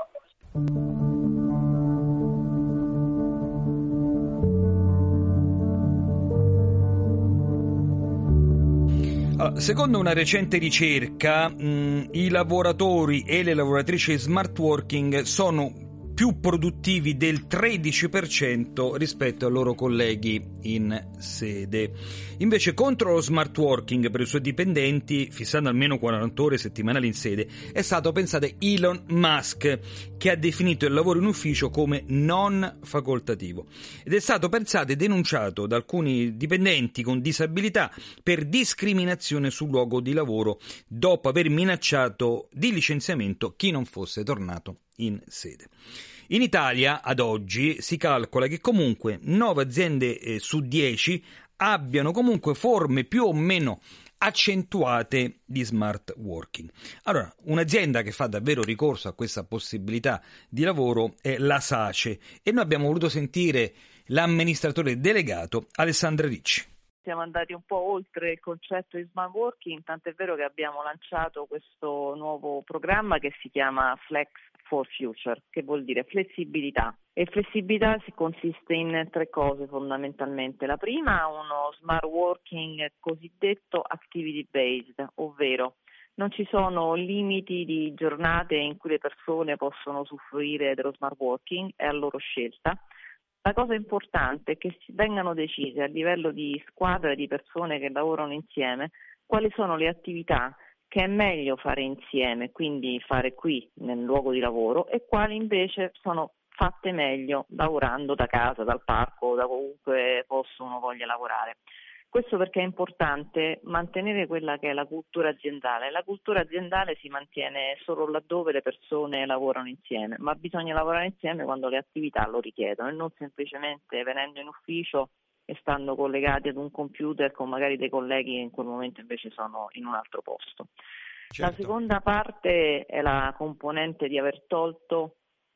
G: Secondo una recente ricerca, mh, i lavoratori e le lavoratrici smart working sono più produttivi del tredici per cento rispetto ai loro colleghi in sede. Invece contro lo smart working per i suoi dipendenti, fissando almeno quaranta ore settimanali in sede, è stato, pensate, Elon Musk, che ha definito il lavoro in ufficio come non facoltativo. Ed è stato, pensate, denunciato da alcuni dipendenti con disabilità per discriminazione sul luogo di lavoro dopo aver minacciato di licenziamento chi non fosse tornato in sede. In Italia, ad oggi, si calcola che comunque nove aziende eh, su dieci abbiano comunque forme più o meno accentuate di smart working. Allora, un'azienda che fa davvero ricorso a questa possibilità di lavoro è la SACE e noi abbiamo voluto sentire l'amministratore delegato Alessandra Ricci.
O: Siamo andati un po' oltre il concetto di smart working, tant'è vero che abbiamo lanciato questo nuovo programma che si chiama Flex for Future, che vuol dire flessibilità. E flessibilità si consiste in tre cose fondamentalmente. La prima, uno smart working cosiddetto activity based, ovvero non ci sono limiti di giornate in cui le persone possono usufruire dello smart working, è a loro scelta. La cosa importante è che vengano decise a livello di squadra di persone che lavorano insieme quali sono le attività che è meglio fare insieme, quindi fare qui nel luogo di lavoro, e quali invece sono fatte meglio lavorando da casa, dal parco, da ovunque posso uno voglia lavorare. Questo perché è importante mantenere quella che è la cultura aziendale. La cultura aziendale si mantiene solo laddove le persone lavorano insieme, ma bisogna lavorare insieme quando le attività lo richiedono e non semplicemente venendo in ufficio e stando collegati ad un computer con magari dei colleghi che in quel momento invece sono in un altro posto. Certo. La seconda parte è la componente di aver tolto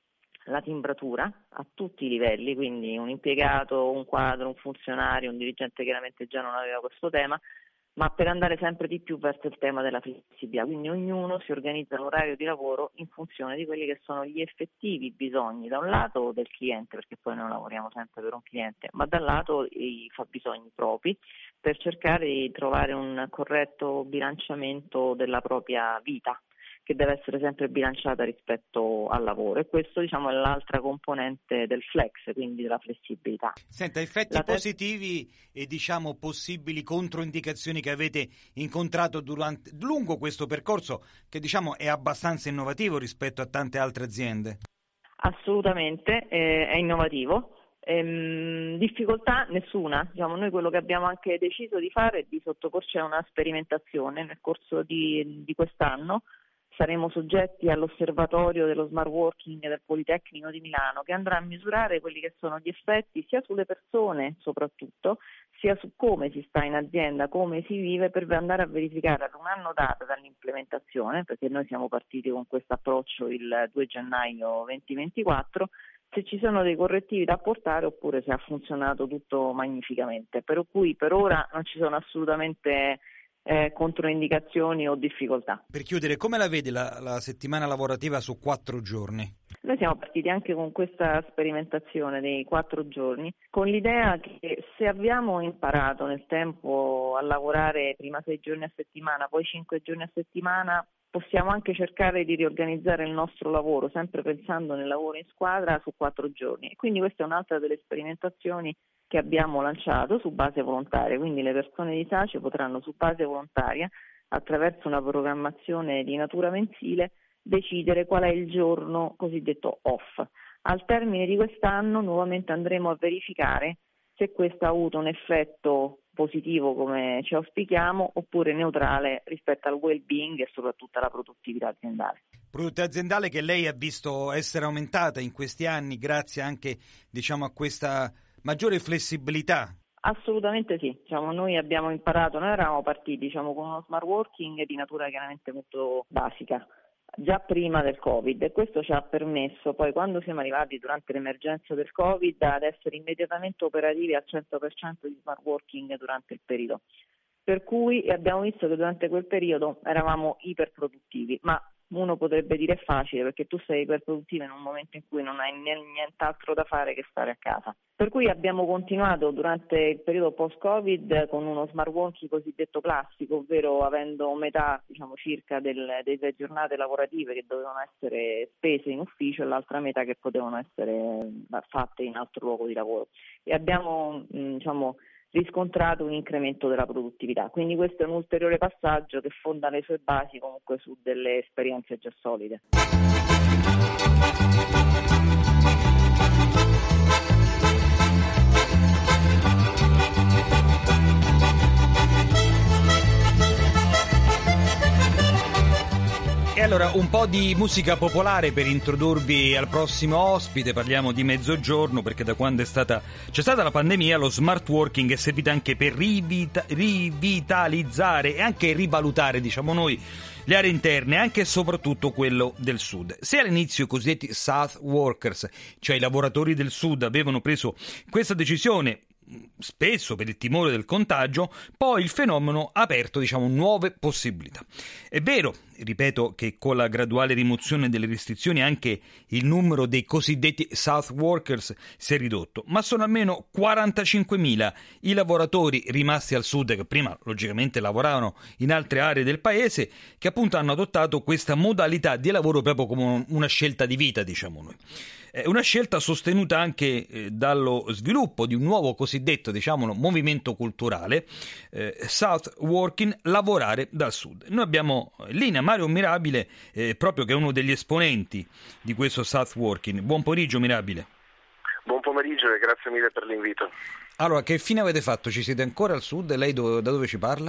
O: la timbratura a tutti i livelli, quindi un impiegato, un quadro, un funzionario, un dirigente chiaramente già non aveva questo tema, ma per andare sempre di più verso il tema della flessibilità, quindi ognuno si organizza l'orario di lavoro in funzione di quelli che sono gli effettivi bisogni, da un lato del cliente, perché poi noi lavoriamo sempre per un cliente, ma dal lato i fabbisogni propri, per cercare di trovare un corretto bilanciamento della propria vita, che deve essere sempre bilanciata rispetto al lavoro, e questo diciamo è l'altra componente del flex, quindi della flessibilità.
G: Senta, effetti ter- positivi e diciamo possibili controindicazioni che avete incontrato durante lungo questo percorso, che diciamo è abbastanza innovativo rispetto a tante altre aziende.
O: Assolutamente, eh, è innovativo. Ehm, difficoltà nessuna, diciamo, noi quello che abbiamo anche deciso di fare è di sottoporci a una sperimentazione nel corso di, di quest'anno. Saremo soggetti all'osservatorio dello smart working del Politecnico di Milano, che andrà a misurare quelli che sono gli effetti sia sulle persone soprattutto, sia su come si sta in azienda, come si vive, per andare a verificare ad un anno data dall'implementazione, perché noi siamo partiti con questo approccio il due gennaio duemilaventiquattro, se ci sono dei correttivi da apportare oppure se ha funzionato tutto magnificamente. Per cui per ora non ci sono assolutamente Eh, controindicazioni o difficoltà.
G: Per chiudere, come la vede la, la settimana lavorativa su quattro giorni?
O: Noi siamo partiti anche con questa sperimentazione dei quattro giorni, con l'idea che se abbiamo imparato nel tempo a lavorare prima sei giorni a settimana, poi cinque giorni a settimana, possiamo anche cercare di riorganizzare il nostro lavoro, sempre pensando nel lavoro in squadra, su quattro giorni. Quindi questa è un'altra delle sperimentazioni che abbiamo lanciato su base volontaria, quindi le persone di SACE potranno su base volontaria, attraverso una programmazione di natura mensile, decidere qual è il giorno cosiddetto off. Al termine di quest'anno nuovamente andremo a verificare se questo ha avuto un effetto positivo come ci auspichiamo oppure neutrale rispetto al well-being e soprattutto alla produttività aziendale.
G: Produttività aziendale che lei ha visto essere aumentata in questi anni grazie anche, diciamo, a questa maggiore flessibilità.
O: Assolutamente sì, diciamo, noi abbiamo imparato, noi eravamo partiti diciamo, con uno smart working di natura chiaramente molto basica, già prima del Covid, e questo ci ha permesso poi quando siamo arrivati durante l'emergenza del Covid ad essere immediatamente operativi al cento per cento di smart working durante il periodo. Per cui abbiamo visto che durante quel periodo eravamo iperproduttivi, ma uno potrebbe dire è facile perché tu sei iperproduttivo in un momento in cui non hai nient'altro da fare che stare a casa. Per cui abbiamo continuato durante il periodo post-Covid con uno smart working cosiddetto classico, ovvero avendo metà diciamo circa del, delle giornate lavorative che dovevano essere spese in ufficio e l'altra metà che potevano essere fatte in altro luogo di lavoro. E abbiamo mh, diciamo riscontrato un incremento della produttività, quindi questo è un ulteriore passaggio che fonda le sue basi comunque su delle esperienze già solide.
G: E allora un po' di musica popolare per introdurvi al prossimo ospite. Parliamo di Mezzogiorno perché da quando è stata c'è stata la pandemia lo smart working è servito anche per rivita, rivitalizzare e anche rivalutare, diciamo noi, le aree interne, anche e soprattutto quello del sud. Se all'inizio i cosiddetti South Workers, cioè i lavoratori del sud, avevano preso questa decisione spesso per il timore del contagio, poi il fenomeno ha aperto, diciamo, nuove possibilità. È vero, ripeto, che con la graduale rimozione delle restrizioni anche il numero dei cosiddetti South Workers si è ridotto, ma sono almeno quarantacinquemila i lavoratori rimasti al sud che prima logicamente lavoravano in altre aree del paese, che appunto hanno adottato questa modalità di lavoro proprio come una scelta di vita, diciamo noi. È una scelta sostenuta anche eh, dallo sviluppo di un nuovo cosiddetto, diciamolo, movimento culturale, eh, South Working, lavorare dal sud. Noi abbiamo in linea Mario Mirabile, eh, proprio che è uno degli esponenti di questo South Working. Buon pomeriggio Mirabile.
P: Buon pomeriggio e grazie mille per l'invito.
G: Allora, che fine avete fatto? Ci siete ancora al sud? Lei do- da dove ci parla?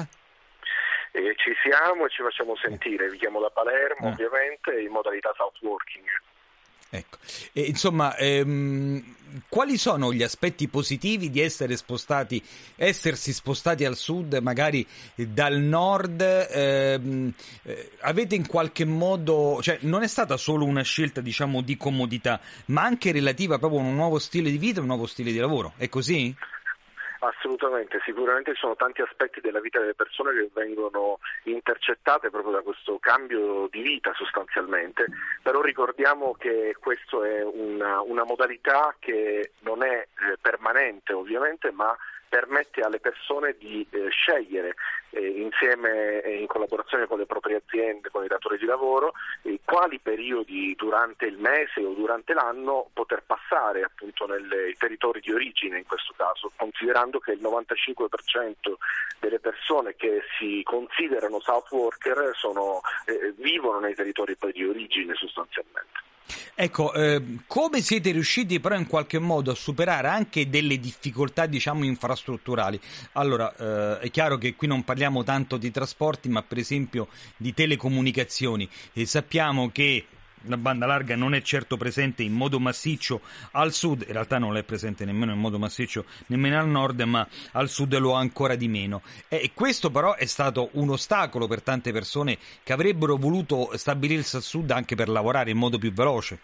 P: Eh, ci siamo e ci facciamo sentire. Vi chiamo da Palermo,
G: ah.
P: ovviamente, in modalità South Working.
G: Ecco, e, insomma, ehm, quali sono gli aspetti positivi di essere spostati, essersi spostati al sud, magari dal nord? Ehm, eh, avete in qualche modo, cioè non è stata solo una scelta, diciamo, di comodità, ma anche relativa proprio a un nuovo stile di vita, un nuovo stile di lavoro, è così?
P: Assolutamente, sicuramente ci sono tanti aspetti della vita delle persone che vengono intercettate proprio da questo cambio di vita sostanzialmente, però ricordiamo che questa è una, una modalità che non è eh, permanente ovviamente, ma permette alle persone di eh, scegliere eh, insieme e in collaborazione con le proprie aziende, con i datori di lavoro, eh, quali periodi durante il mese o durante l'anno poter passare appunto nei territori di origine in questo caso, considerando che il novantacinque per cento delle persone che si considerano South Worker sono, eh, vivono nei territori poi di origine sostanzialmente.
G: Ecco, eh, come siete riusciti però in qualche modo a superare anche delle difficoltà, diciamo, infrastrutturali? Allora, eh, è chiaro che qui non parliamo tanto di trasporti, ma per esempio di telecomunicazioni. E sappiamo che la banda larga non è certo presente in modo massiccio al sud, in realtà non è presente nemmeno in modo massiccio nemmeno al nord, ma al sud lo ha ancora di meno. E questo però è stato un ostacolo per tante persone che avrebbero voluto stabilirsi al sud anche per lavorare in modo più veloce.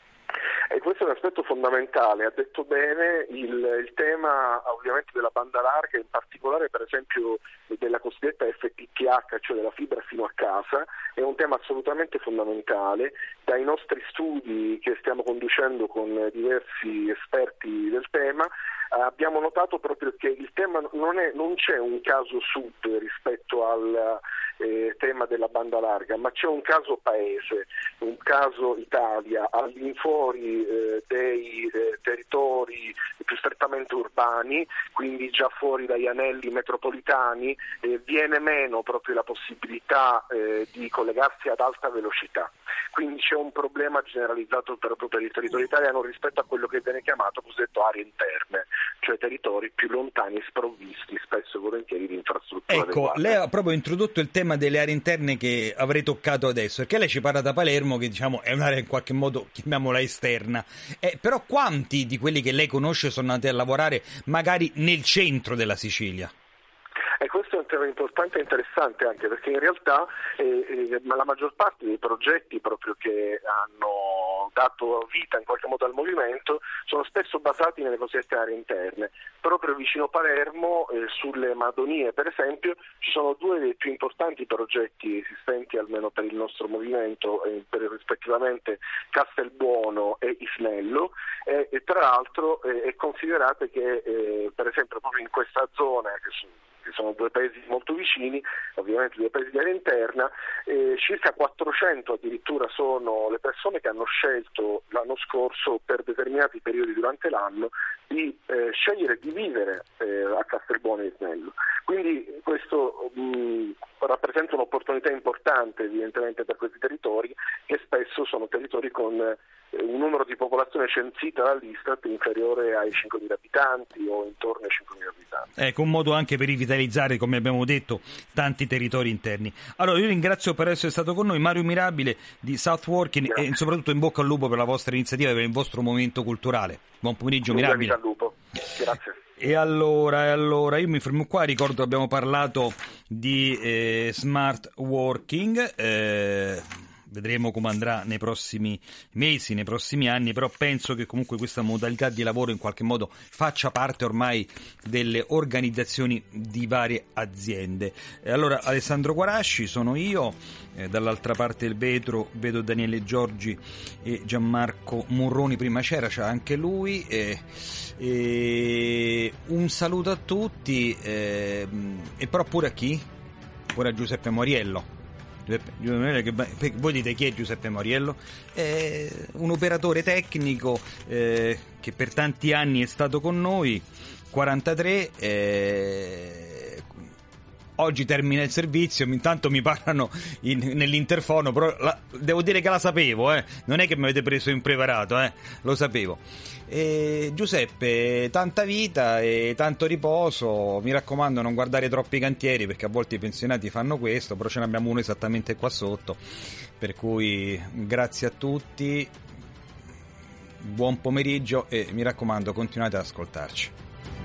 P: E questo è un aspetto fondamentale, ha detto bene, il, il tema ovviamente della banda larga, in particolare per esempio della cosiddetta F T T H, cioè della fibra fino a casa, è un tema assolutamente fondamentale. Dai nostri studi che stiamo conducendo con diversi esperti del tema, abbiamo notato proprio che il tema non, è, non c'è un caso sud rispetto al, eh, tema della banda larga, ma c'è un caso paese, un caso Italia, all'infuori eh, dei eh, territori più strettamente urbani, quindi già fuori dagli anelli metropolitani, eh, viene meno proprio la possibilità eh, di collegarsi ad alta velocità. Quindi c'è un problema generalizzato proprio per il territorio italiano rispetto a quello che viene chiamato cosiddetto aree interne, cioè territori più lontani e sprovvisti spesso e volentieri di infrastrutture
G: Ecco,
P: adeguate.
G: lei ha proprio introdotto il tema delle aree interne che avrei toccato adesso, perché lei ci parla da Palermo, che diciamo è un'area in qualche modo, chiamiamola esterna, eh, però quanti di quelli che lei conosce sono andati a lavorare magari nel centro della Sicilia?
P: E questo è un tema importante e interessante anche perché in realtà eh, eh, la maggior parte dei progetti proprio che hanno dato vita in qualche modo al movimento sono spesso basati nelle cosiddette aree interne. Proprio vicino Palermo, eh, sulle Madonie per esempio, ci sono due dei più importanti progetti esistenti almeno per il nostro movimento, eh, per rispettivamente Castelbuono e Isnello, eh, e tra l'altro eh, è considerate che eh, per esempio proprio in questa zona, che sono che sono due paesi molto vicini, ovviamente due paesi di area interna, eh, circa quattrocento addirittura sono le persone che hanno scelto l'anno scorso per determinati periodi durante l'anno di eh, scegliere di vivere eh, a Castelbuono e Isnello. Quindi questo mh, rappresenta un'opportunità importante evidentemente per questi territori, che spesso sono territori con un numero di popolazione censita dall'Istat inferiore ai cinquemila abitanti o intorno ai cinquemila abitanti.
G: Ecco, un modo anche per rivitalizzare, come abbiamo detto, tanti territori interni. Allora, io ringrazio per essere stato con noi Mario Mirabile di Southworking. Grazie. E soprattutto in bocca al lupo per la vostra iniziativa e per il vostro momento culturale. Buon pomeriggio, Mirabile.
P: Al lupo. Grazie.
G: E allora, e allora, io mi fermo qua, ricordo abbiamo parlato di eh, smart working, eh, vedremo come andrà nei prossimi mesi, nei prossimi anni, però penso che comunque questa modalità di lavoro in qualche modo faccia parte ormai delle organizzazioni di varie aziende. E allora, Alessandro Guarasci sono io, eh, dall'altra parte del vetro vedo Daniele Giorgi e Gianmarco Murroni, prima c'era, c'è anche lui, eh, e un saluto a tutti, eh, e però pure a chi? Pure a Giuseppe Moriello. Giuseppe, voi dite chi è Giuseppe Moriello? È un operatore tecnico eh, che per tanti anni è stato con noi, quarantatré, eh, oggi termina il servizio, intanto mi parlano in, nell'interfono, però la, devo dire che la sapevo, eh. Non è che mi avete preso impreparato, eh. Lo sapevo. E Giuseppe, tanta vita e tanto riposo, mi raccomando non guardare troppi cantieri perché a volte i pensionati fanno questo, però ce ne abbiamo uno esattamente qua sotto, per cui grazie a tutti, buon pomeriggio e mi raccomando continuate ad ascoltarci.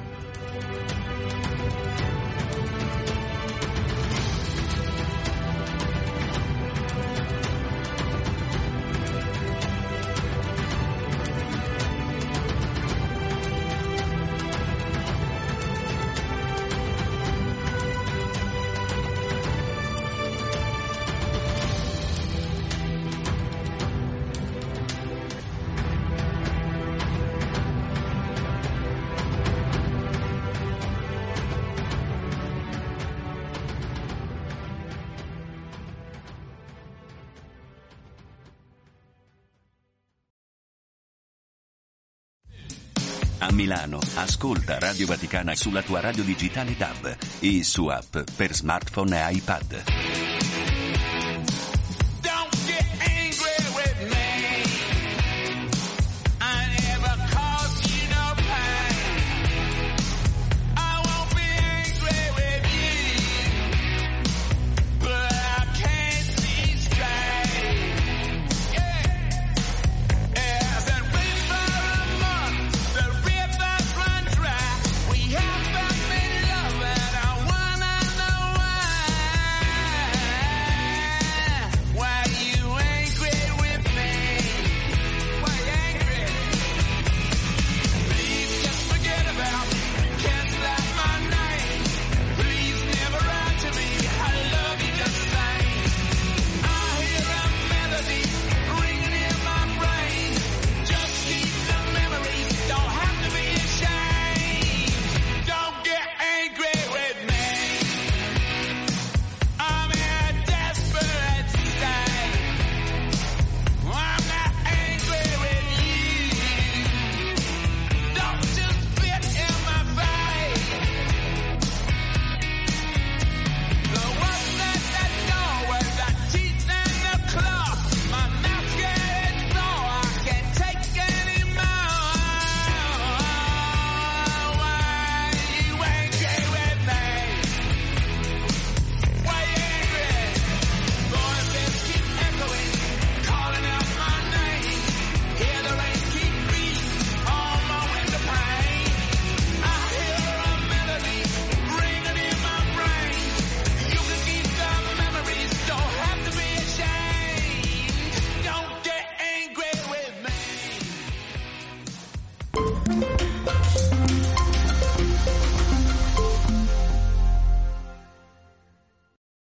F: A Milano, ascolta Radio Vaticana sulla tua radio digitale D A B e su app per smartphone e iPad.